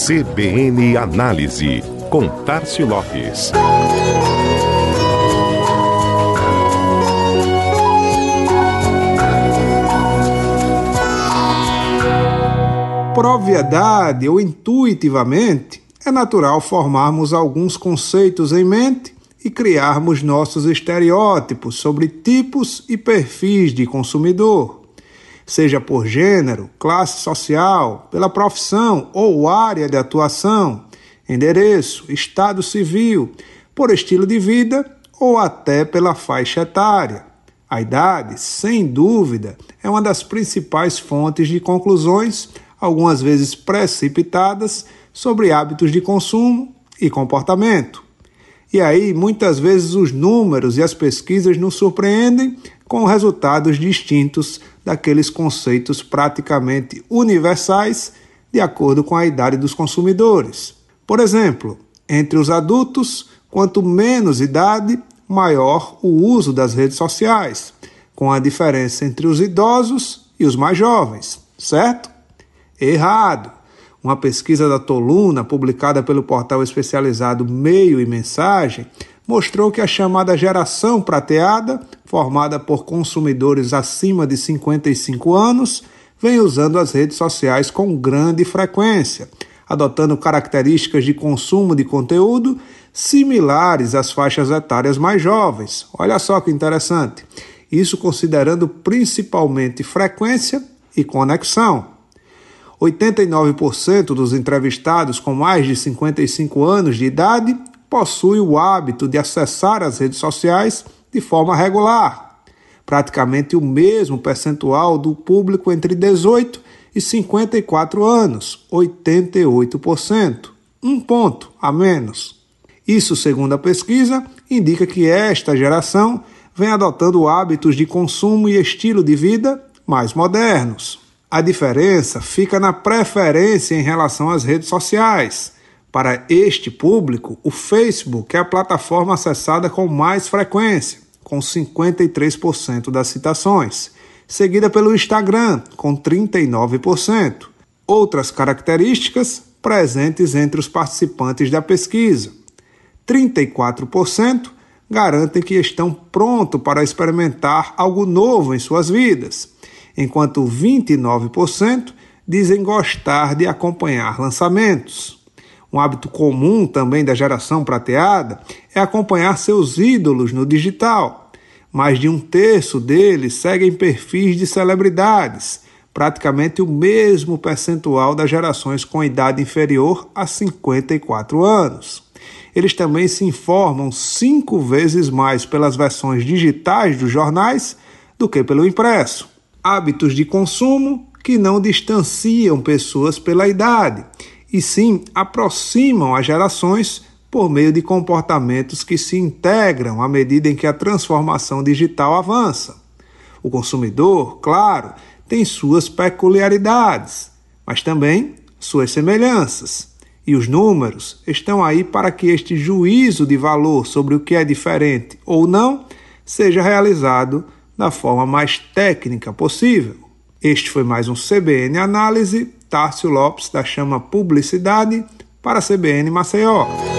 CBN Análise, com Tárcio Lopes. Por obviedade ou intuitivamente, é natural formarmos alguns conceitos em mente e criarmos nossos estereótipos sobre tipos e perfis de consumidor, seja por gênero, classe social, pela profissão ou área de atuação, endereço, estado civil, por estilo de vida ou até pela faixa etária. A idade, sem dúvida, é uma das principais fontes de conclusões, algumas vezes precipitadas, sobre hábitos de consumo e comportamento. E aí, muitas vezes, os números e as pesquisas nos surpreendem com resultados distintos daqueles conceitos praticamente universais de acordo com a idade dos consumidores. Por exemplo, entre os adultos, quanto menos idade, maior o uso das redes sociais, com a diferença entre os idosos e os mais jovens, certo? Errado! Uma pesquisa da Toluna, publicada pelo portal especializado Meio e Mensagem, mostrou que a chamada geração prateada, formada por consumidores acima de 55 anos, vem usando as redes sociais com grande frequência, adotando características de consumo de conteúdo similares às faixas etárias mais jovens. Olha só que interessante. Isso considerando principalmente frequência e conexão. 89% dos entrevistados com mais de 55 anos de idade possuem o hábito de acessar as redes sociais de forma regular, praticamente o mesmo percentual do público entre 18 e 54 anos, 88%, um ponto a menos. Isso, segundo a pesquisa, indica que esta geração vem adotando hábitos de consumo e estilo de vida mais modernos. A diferença fica na preferência em relação às redes sociais. Para este público, o Facebook é a plataforma acessada com mais frequência, com 53% das citações, seguida pelo Instagram, com 39%. Outras características presentes entre os participantes da pesquisa. 34% garantem que estão prontos para experimentar algo novo em suas vidas, enquanto 29% dizem gostar de acompanhar lançamentos. Um hábito comum também da geração prateada é acompanhar seus ídolos no digital. Mais de um terço deles seguem perfis de celebridades, praticamente o mesmo percentual das gerações com idade inferior a 54 anos. Eles também se informam 5 vezes mais pelas versões digitais dos jornais do que pelo impresso. Hábitos de consumo que não distanciam pessoas pela idade, e sim aproximam as gerações por meio de comportamentos que se integram à medida em que a transformação digital avança. O consumidor, claro, tem suas peculiaridades, mas também suas semelhanças. E os números estão aí para que este juízo de valor sobre o que é diferente ou não seja realizado da forma mais técnica possível. Este foi mais um CBN Análise, Tárcio Lopes da Chama Publicidade para a CBN Maceió.